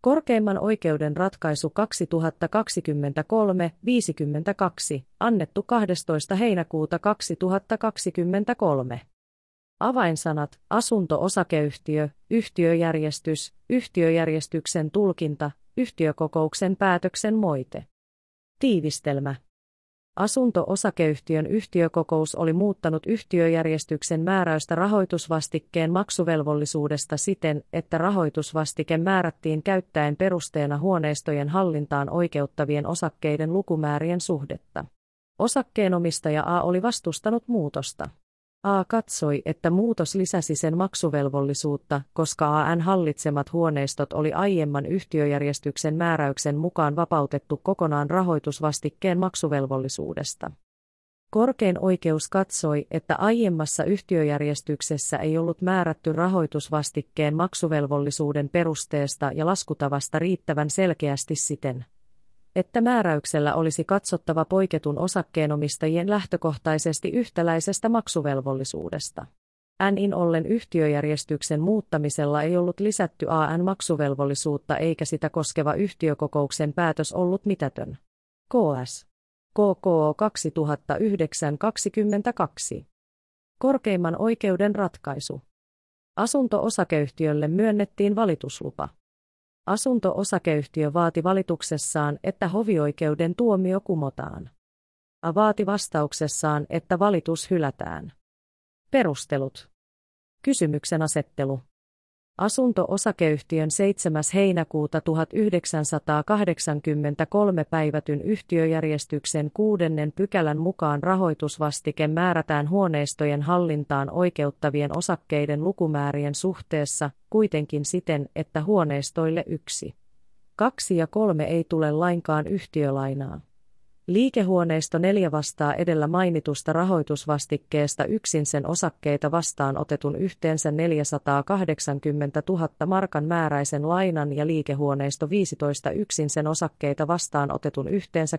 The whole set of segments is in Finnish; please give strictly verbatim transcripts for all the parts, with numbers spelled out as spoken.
Korkeimman oikeuden ratkaisu kaksituhattakaksikymmentäkolme viisikymmentäkaksi, annettu kahdestoista heinäkuuta kaksituhattakaksikymmentäkolme. Avainsanat: asunto-osakeyhtiö, yhtiöjärjestys, yhtiöjärjestyksen tulkinta, yhtiökokouksen päätöksen moite. Tiivistelmä. Asunto-osakeyhtiön yhtiökokous oli muuttanut yhtiöjärjestyksen määräystä rahoitusvastikkeen maksuvelvollisuudesta siten, että rahoitusvastike määrättiin käyttäen perusteena huoneistojen hallintaan oikeuttavien osakkeiden lukumäärien suhdetta. Osakkeenomistaja A oli vastustanut muutosta. A katsoi, että muutos lisäsi sen maksuvelvollisuutta, koska A:n hallitsemat huoneistot oli aiemman yhtiöjärjestyksen määräyksen mukaan vapautettu kokonaan rahoitusvastikkeen maksuvelvollisuudesta. Korkein oikeus katsoi, että aiemmassa yhtiöjärjestyksessä ei ollut määrätty rahoitusvastikkeen maksuvelvollisuuden perusteesta ja laskutavasta riittävän selkeästi siten, että määräyksellä olisi katsottava poiketun osakkeenomistajien lähtökohtaisesti yhtäläisestä maksuvelvollisuudesta. Näin ollen yhtiöjärjestyksen muuttamisella ei ollut lisätty A N maksuvelvollisuutta eikä sitä koskeva yhtiökokouksen päätös ollut mitätön. K S. K K O kaksituhattayhdeksän kaksikymmentäkaksi. Korkeimman oikeuden ratkaisu. Asunto-osakeyhtiölle myönnettiin valituslupa. Asunto-osakeyhtiö vaati valituksessaan, että hovioikeuden tuomio kumotaan. A vaati vastauksessaan, että valitus hylätään. Perustelut. Kysymyksen asettelu. Asunto-osakeyhtiön seitsemäs heinäkuuta tuhatyhdeksänsataakahdeksankymmentäkolme päivätyn yhtiöjärjestyksen kuudennen pykälän mukaan rahoitusvastike määrätään huoneistojen hallintaan oikeuttavien osakkeiden lukumäärien suhteessa, kuitenkin siten, että huoneistoille yksi, kaksi ja kolme ei tule lainkaan yhtiölainaa. Liikehuoneisto neljä vastaa edellä mainitusta rahoitusvastikkeesta yksin sen osakkeita vastaan otetun yhteensä neljäsataakahdeksankymmentätuhatta markan määräisen lainan ja liikehuoneisto viisitoista yksin sen osakkeita vastaan otetun yhteensä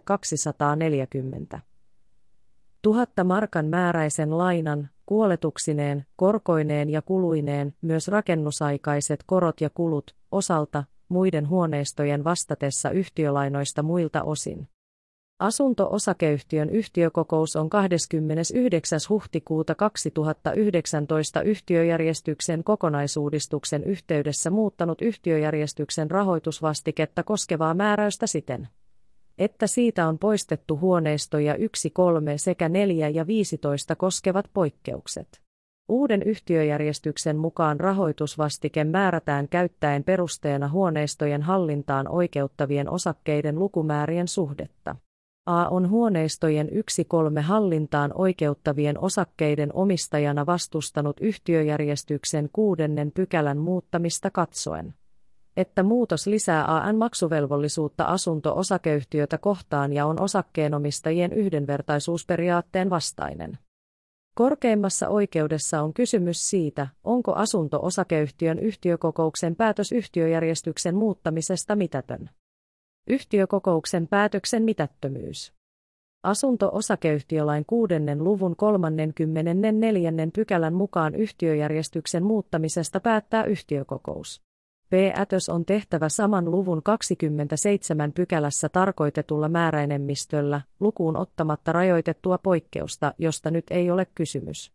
kaksisataaneljäkymmentätuhatta markan määräisen lainan, kuoletuksineen, korkoineen ja kuluineen, myös rakennusaikaiset korot ja kulut, osalta, muiden huoneistojen vastatessa yhtiölainoista muilta osin. Asunto-osakeyhtiön yhtiökokous on kahdeskymmenesyhdeksäs huhtikuuta kaksituhattayhdeksäntoista yhtiöjärjestyksen kokonaisuudistuksen yhteydessä muuttanut yhtiöjärjestyksen rahoitusvastiketta koskevaa määräystä siten, että siitä on poistettu huoneistoja yksi, kolme sekä neljä ja viisitoista koskevat poikkeukset. Uuden yhtiöjärjestyksen mukaan rahoitusvastike määrätään käyttäen perusteena huoneistojen hallintaan oikeuttavien osakkeiden lukumäärien suhdetta. A on huoneistojen yksi kolme hallintaan oikeuttavien osakkeiden omistajana vastustanut yhtiöjärjestyksen kuudennen pykälän muuttamista katsoen, että muutos lisää A N maksuvelvollisuutta asunto-osakeyhtiötä kohtaan ja on osakkeenomistajien yhdenvertaisuusperiaatteen vastainen. Korkeimmassa oikeudessa on kysymys siitä, onko asunto-osakeyhtiön yhtiökokouksen päätös yhtiöjärjestyksen muuttamisesta mitätön. Yhtiökokouksen päätöksen mitättömyys. Asunto-osakeyhtiölain kuudennen luvun kolmannenkymmenennenneljännen pykälän mukaan yhtiöjärjestyksen muuttamisesta päättää yhtiökokous. Päätös on tehtävä saman luvun kaksikymmentäseitsemän pykälässä tarkoitetulla määräenemmistöllä, lukuun ottamatta rajoitettua poikkeusta, josta nyt ei ole kysymys.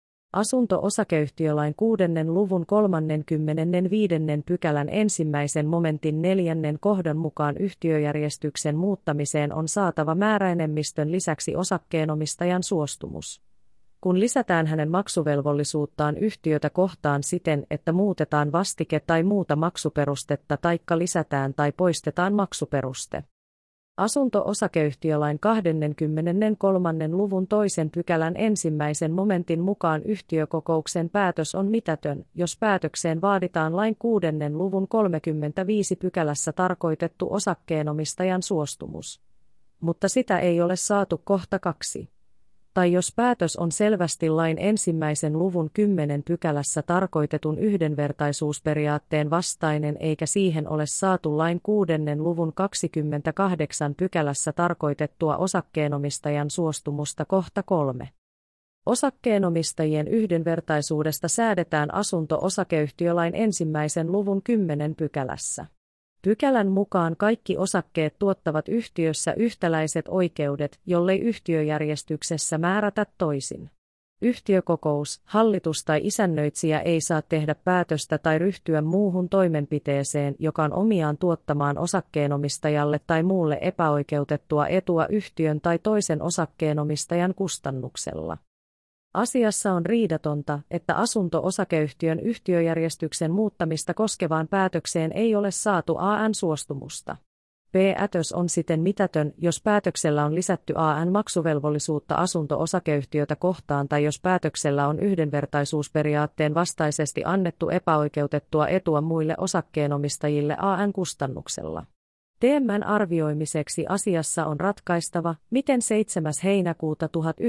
Asunto-osakeyhtiölain kuudennen luvun kolmannenkymmenennenviidennen pykälän ensimmäisen momentin neljännen kohdan mukaan yhtiöjärjestyksen muuttamiseen on saatava määräenemmistön lisäksi osakkeenomistajan suostumus. Kun lisätään hänen maksuvelvollisuuttaan yhtiötä kohtaan siten, että muutetaan vastike tai muuta maksuperustetta taikka lisätään tai poistetaan maksuperuste. Asunto-osakeyhtiölain kaksikymmentäkolmannen luvun toisen pykälän ensimmäisen momentin mukaan yhtiökokouksen päätös on mitätön, jos päätökseen vaaditaan lain kuudennen luvun kolmaskymmenesviides pykälässä tarkoitettu osakkeenomistajan suostumus. Mutta sitä ei ole saatu kohta kaksi. Tai jos päätös on selvästi lain ensimmäisen luvun kymmenen pykälässä tarkoitetun yhdenvertaisuusperiaatteen vastainen eikä siihen ole saatu lain kuudennen luvun kaksikymmentäkahdeksan pykälässä tarkoitettua osakkeenomistajan suostumusta kohta kolme. Osakkeenomistajien yhdenvertaisuudesta säädetään asunto-osakeyhtiölain ensimmäisen luvun kymmenen pykälässä. Pykälän mukaan kaikki osakkeet tuottavat yhtiössä yhtäläiset oikeudet, jollei yhtiöjärjestyksessä määrätä toisin. Yhtiökokous, hallitus tai isännöitsijä ei saa tehdä päätöstä tai ryhtyä muuhun toimenpiteeseen, joka on omiaan tuottamaan osakkeenomistajalle tai muulle epäoikeutettua etua yhtiön tai toisen osakkeenomistajan kustannuksella. Asiassa on riidatonta, että asunto-osakeyhtiön yhtiöjärjestyksen muuttamista koskevaan päätökseen ei ole saatu A N-suostumusta. Päätös on siten mitätön, jos päätöksellä on lisätty A N-maksuvelvollisuutta asunto-osakeyhtiötä kohtaan tai jos päätöksellä on yhdenvertaisuusperiaatteen vastaisesti annettu epäoikeutettua etua muille osakkeenomistajille A N-kustannuksella. Teemän arvioimiseksi asiassa on ratkaistava, miten seitsemäs heinäkuuta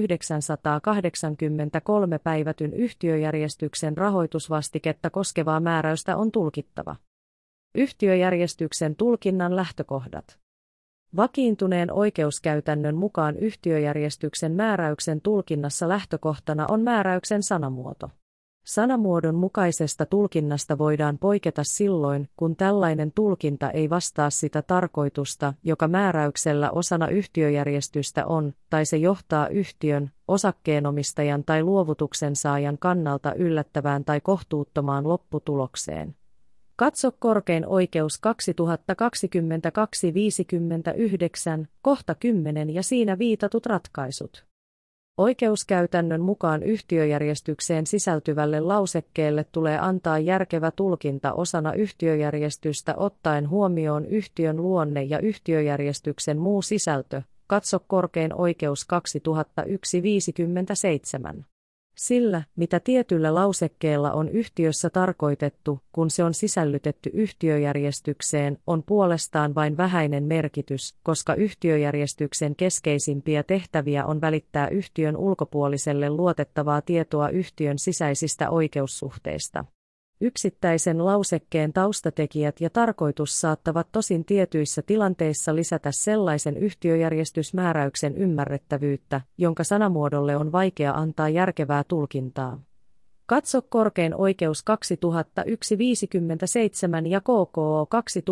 tuhatyhdeksänsataakahdeksankymmentäkolme päivätyn yhtiöjärjestyksen rahoitusvastiketta koskevaa määräystä on tulkittava. Yhtiöjärjestyksen tulkinnan lähtökohdat. Vakiintuneen oikeuskäytännön mukaan yhtiöjärjestyksen määräyksen tulkinnassa lähtökohtana on määräyksen sanamuoto. Sanamuodon mukaisesta tulkinnasta voidaan poiketa silloin, kun tällainen tulkinta ei vastaa sitä tarkoitusta, joka määräyksellä osana yhtiöjärjestystä on, tai se johtaa yhtiön, osakkeenomistajan tai luovutuksen saajan kannalta yllättävään tai kohtuuttomaan lopputulokseen. Katso korkein oikeus kaksituhattakaksikymmentäkaksi viisikymmentäyhdeksän, kohta kymmenen ja siinä viitatut ratkaisut. Oikeuskäytännön mukaan yhtiöjärjestykseen sisältyvälle lausekkeelle tulee antaa järkevä tulkinta osana yhtiöjärjestystä ottaen huomioon yhtiön luonne ja yhtiöjärjestyksen muu sisältö. Katso korkein oikeus kaksituhattayksi viisikymmentäseitsemän. Sillä, mitä tietyllä lausekkeella on yhtiössä tarkoitettu, kun se on sisällytetty yhtiöjärjestykseen, on puolestaan vain vähäinen merkitys, koska yhtiöjärjestyksen keskeisimpiä tehtäviä on välittää yhtiön ulkopuoliselle luotettavaa tietoa yhtiön sisäisistä oikeussuhteista. Yksittäisen lausekkeen taustatekijät ja tarkoitus saattavat tosin tietyissä tilanteissa lisätä sellaisen yhtiöjärjestysmääräyksen ymmärrettävyyttä, jonka sanamuodolle on vaikea antaa järkevää tulkintaa. Katso korkein oikeus kaksituhattayksi viisikymmentäseitsemän ja K K O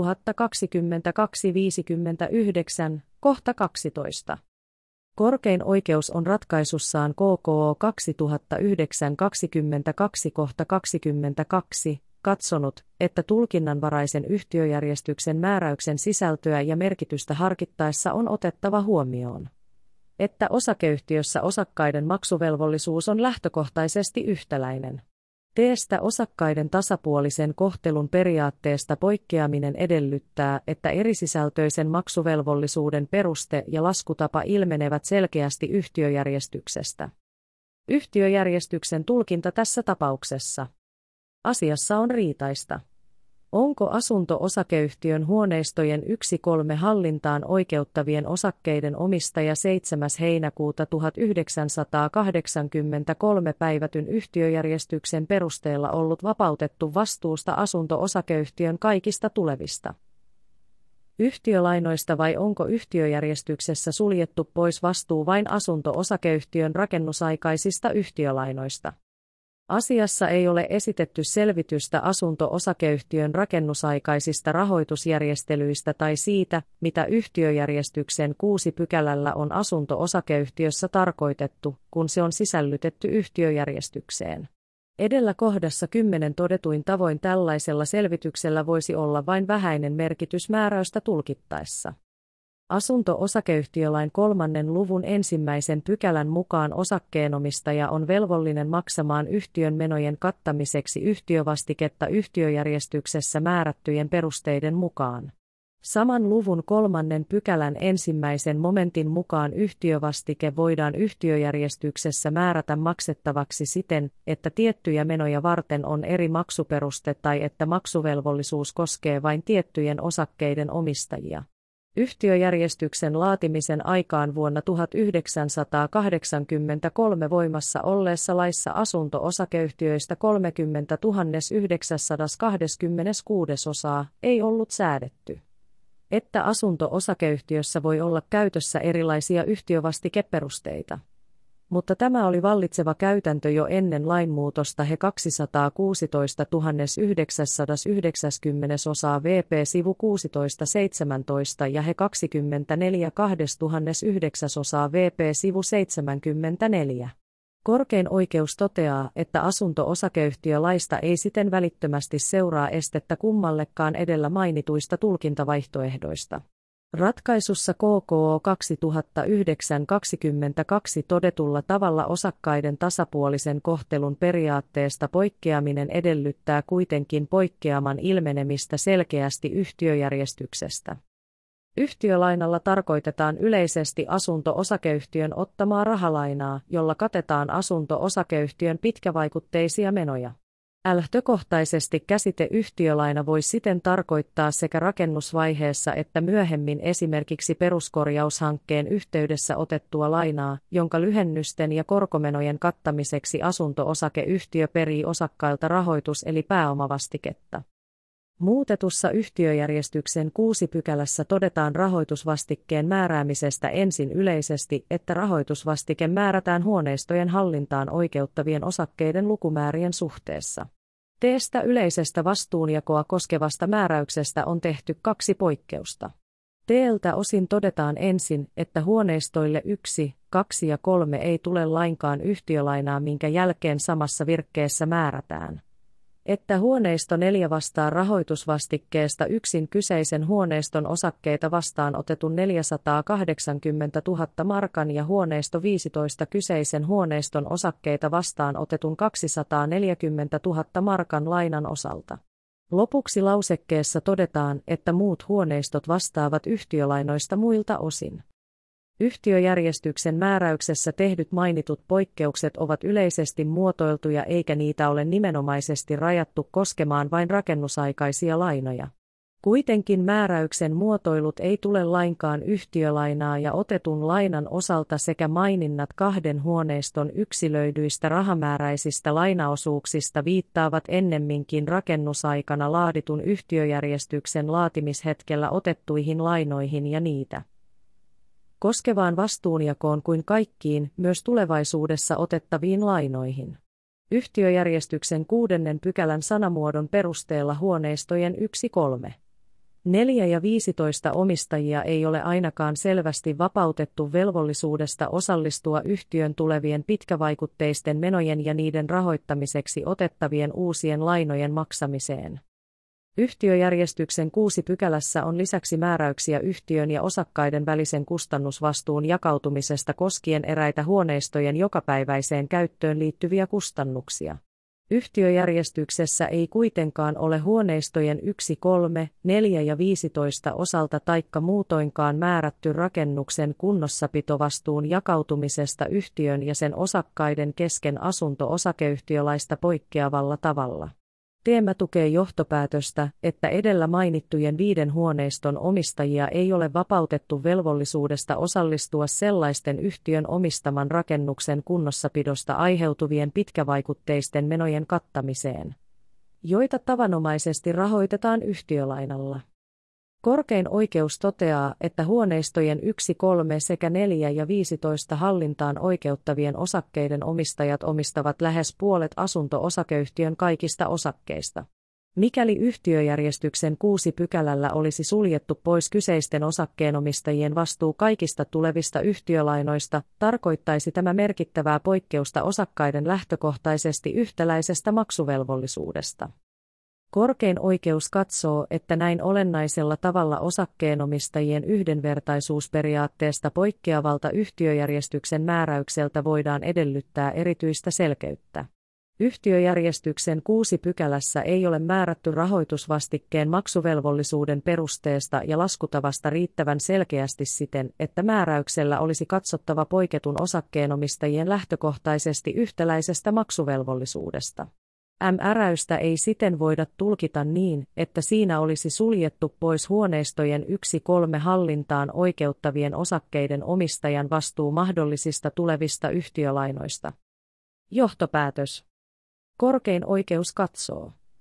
kaksituhattakaksikymmentäkaksi viisikymmentäyhdeksän, kohta kaksitoista. Korkein oikeus on ratkaisussaan K K O kaksituhattayhdeksän kaksikymmentäkaksi kohta kaksikymmentäkaksi katsonut, että tulkinnanvaraisen yhtiöjärjestyksen määräyksen sisältöä ja merkitystä harkittaessa on otettava huomioon, että osakeyhtiössä osakkaiden maksuvelvollisuus on lähtökohtaisesti yhtäläinen. Teestä osakkaiden tasapuolisen kohtelun periaatteesta poikkeaminen edellyttää, että erisisältöisen maksuvelvollisuuden peruste ja laskutapa ilmenevät selkeästi yhtiöjärjestyksestä. Yhtiöjärjestyksen tulkinta tässä tapauksessa. Asiassa on riitaista. Onko asunto-osakeyhtiön huoneistojen yksi kolme hallintaan oikeuttavien osakkeiden omistaja seitsemäs heinäkuuta tuhatyhdeksänsataakahdeksankymmentäkolme päivätyn yhtiöjärjestyksen perusteella ollut vapautettu vastuusta asunto-osakeyhtiön kaikista tulevista yhtiölainoista vai onko yhtiöjärjestyksessä suljettu pois vastuu vain asunto-osakeyhtiön rakennusaikaisista yhtiölainoista? Asiassa ei ole esitetty selvitystä asunto-osakeyhtiön rakennusaikaisista rahoitusjärjestelyistä tai siitä, mitä yhtiöjärjestyksen kuusi pykälällä on asunto-osakeyhtiössä tarkoitettu, kun se on sisällytetty yhtiöjärjestykseen. Edellä kohdassa kymmenen todetuin tavoin tällaisella selvityksellä voisi olla vain vähäinen merkitys määräystä tulkittaessa. Asunto-osakeyhtiölain kolmannen luvun ensimmäisen pykälän mukaan osakkeenomistaja on velvollinen maksamaan yhtiön menojen kattamiseksi yhtiövastiketta yhtiöjärjestyksessä määrättyjen perusteiden mukaan. Saman luvun kolmannen pykälän ensimmäisen momentin mukaan yhtiövastike voidaan yhtiöjärjestyksessä määrätä maksettavaksi siten, että tiettyjä menoja varten on eri maksuperuste tai että maksuvelvollisuus koskee vain tiettyjen osakkeiden omistajia. Yhtiöjärjestyksen laatimisen aikaan vuonna tuhatyhdeksänsataakahdeksankymmentäkolme voimassa olleessa laissa asunto-osakeyhtiöistä kolmekymmentätuhatta yhdeksänsataakaksikymmentäkuusi osaa ei ollut säädetty, että asunto-osakeyhtiössä voi olla käytössä erilaisia yhtiövastikeperusteita. mutta tämä oli vallitseva käytäntö jo ennen lainmuutosta he kaksisataakuusitoistatuhatta yhdeksänsataayhdeksänkymmentä osaa V P sivu kuusitoista seitsemäntoista ja he kaksikymmentäneljä kaksituhatta yhdeksän osaa V P sivu seitsemänkymmentäneljä. Korkein oikeus toteaa, että asunto-osakeyhtiölaista ei siten välittömästi seuraa estettä kummallekaan edellä mainituista tulkintavaihtoehdoista. Ratkaisussa K K O kaksituhattayhdeksän kaksikymmentäkaksi todetulla tavalla osakkaiden tasapuolisen kohtelun periaatteesta poikkeaminen edellyttää kuitenkin poikkeaman ilmenemistä selkeästi yhtiöjärjestyksestä. Yhtiölainalla tarkoitetaan yleisesti asunto-osakeyhtiön ottamaa rahalainaa, jolla katetaan asunto-osakeyhtiön pitkävaikutteisia menoja. Lähtökohtaisesti käsite yhtiölaina voi siten tarkoittaa sekä rakennusvaiheessa että myöhemmin esimerkiksi peruskorjaushankkeen yhteydessä otettua lainaa, jonka lyhennysten ja korkomenojen kattamiseksi asunto-osakeyhtiö perii osakkailta rahoitus- eli pääomavastiketta. Muutetussa yhtiöjärjestyksen kuusi pykälässä todetaan rahoitusvastikkeen määräämisestä ensin yleisesti, että rahoitusvastike määrätään huoneistojen hallintaan oikeuttavien osakkeiden lukumäärien suhteessa. Teestä yleisestä vastuunjakoa koskevasta määräyksestä on tehty kaksi poikkeusta. Teeltä osin todetaan ensin, että huoneistoille yksi, kaksi ja kolme ei tule lainkaan yhtiölainaa, minkä jälkeen samassa virkkeessä määrätään, että huoneisto neljä vastaa rahoitusvastikkeesta yksin kyseisen huoneiston osakkeita vastaan otetun neljäsataakahdeksankymmentätuhatta markan ja huoneisto viisitoista kyseisen huoneiston osakkeita vastaan otetun kaksisataaneljäkymmentätuhatta markan lainan osalta. Lopuksi lausekkeessa todetaan, että muut huoneistot vastaavat yhtiölainoista muilta osin. Yhtiöjärjestyksen määräyksessä tehdyt mainitut poikkeukset ovat yleisesti muotoiltuja eikä niitä ole nimenomaisesti rajattu koskemaan vain rakennusaikaisia lainoja. Kuitenkin määräyksen muotoilut ei tule lainkaan yhtiölainaa ja otetun lainan osalta sekä maininnat kahden huoneiston yksilöidyistä rahamääräisistä lainaosuuksista viittaavat ennemminkin rakennusaikana laaditun yhtiöjärjestyksen laatimishetkellä otettuihin lainoihin ja niitä koskevaan vastuunjakoon kuin kaikkiin, myös tulevaisuudessa otettaviin lainoihin. Yhtiöjärjestyksen kuudennen pykälän sanamuodon perusteella huoneistojen yksi, kolme, neljä ja viisitoista omistajia ei ole ainakaan selvästi vapautettu velvollisuudesta osallistua yhtiön tulevien pitkävaikutteisten menojen ja niiden rahoittamiseksi otettavien uusien lainojen maksamiseen. Yhtiöjärjestyksen kuusi pykälässä on lisäksi määräyksiä yhtiön ja osakkaiden välisen kustannusvastuun jakautumisesta koskien eräitä huoneistojen jokapäiväiseen käyttöön liittyviä kustannuksia. Yhtiöjärjestyksessä ei kuitenkaan ole huoneistojen yksi, kolme, neljä ja viisitoista osalta taikka muutoinkaan määrätty rakennuksen kunnossapitovastuun jakautumisesta yhtiön ja sen osakkaiden kesken asunto-osakeyhtiölaista poikkeavalla tavalla. Teema tukee johtopäätöstä, että edellä mainittujen viiden huoneiston omistajia ei ole vapautettu velvollisuudesta osallistua sellaisten yhtiön omistaman rakennuksen kunnossapidosta aiheutuvien pitkävaikutteisten menojen kattamiseen, joita tavanomaisesti rahoitetaan yhtiölainalla. Korkein oikeus toteaa, että huoneistojen yksi, kolme sekä neljä ja viisitoista hallintaan oikeuttavien osakkeiden omistajat omistavat lähes puolet asunto-osakeyhtiön kaikista osakkeista. Mikäli yhtiöjärjestyksen kuusi pykälällä olisi suljettu pois kyseisten osakkeenomistajien vastuu kaikista tulevista yhtiölainoista, tarkoittaisi tämä merkittävää poikkeusta osakkaiden lähtökohtaisesti yhtäläisestä maksuvelvollisuudesta. Korkein oikeus katsoo, että näin olennaisella tavalla osakkeenomistajien yhdenvertaisuusperiaatteesta poikkeavalta yhtiöjärjestyksen määräykseltä voidaan edellyttää erityistä selkeyttä. Yhtiöjärjestyksen kuusi pykälässä ei ole määrätty rahoitusvastikkeen maksuvelvollisuuden perusteesta ja laskutavasta riittävän selkeästi siten, että määräyksellä olisi katsottava poiketun osakkeenomistajien lähtökohtaisesti yhtäläisestä maksuvelvollisuudesta. Määräystä ei siten voida tulkita niin, että siinä olisi suljettu pois huoneistojen yksi, kolme hallintaan oikeuttavien osakkeiden omistajan vastuu mahdollisista tulevista yhtiölainoista. Johtopäätös. Korkein oikeus katsoo,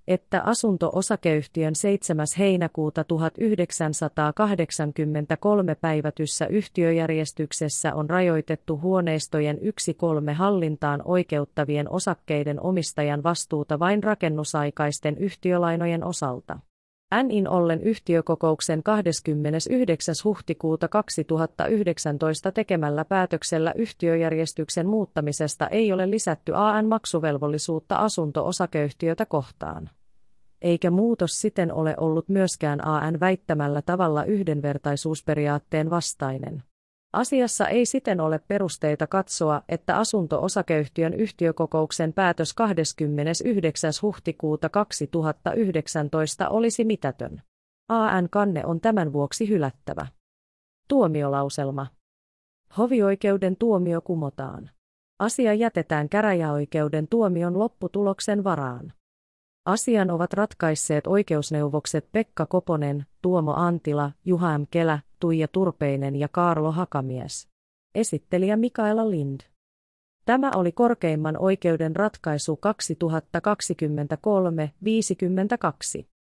että asunto-osakeyhtiön seitsemäs heinäkuuta tuhatyhdeksänsataakahdeksankymmentäkolme päivätyssä yhtiöjärjestyksessä on rajoitettu huoneistojen yksi kolme hallintaan oikeuttavien osakkeiden omistajan vastuuta vain rakennusaikaisten yhtiölainojen osalta. Näin ollen yhtiökokouksen kahdeskymmenesyhdeksäs huhtikuuta kaksituhattayhdeksäntoista tekemällä päätöksellä yhtiöjärjestyksen muuttamisesta ei ole lisätty A N-maksuvelvollisuutta asunto-osakeyhtiötä kohtaan. Eikä muutos siten ole ollut myöskään A N väittämällä tavalla yhdenvertaisuusperiaatteen vastainen. Asiassa ei siten ole perusteita katsoa, että asunto-osakeyhtiön yhtiökokouksen päätös kahdeskymmenesyhdeksäs huhtikuuta kaksituhattayhdeksäntoista olisi mitätön. A N-kanne on tämän vuoksi hylättävä. Tuomiolauselma. Hovioikeuden tuomio kumotaan. Asia jätetään käräjäoikeuden tuomion lopputuloksen varaan. Asian ovat ratkaisseet oikeusneuvokset Pekka Koponen, Tuomo Antila, Juha M. Kelä, Tuija Turpeinen ja Kaarlo Hakamies. Esittelijä Mikaela Lind. Tämä oli korkeimman oikeuden ratkaisu kaksituhattakaksikymmentäkolme viisikymmentäkaksi.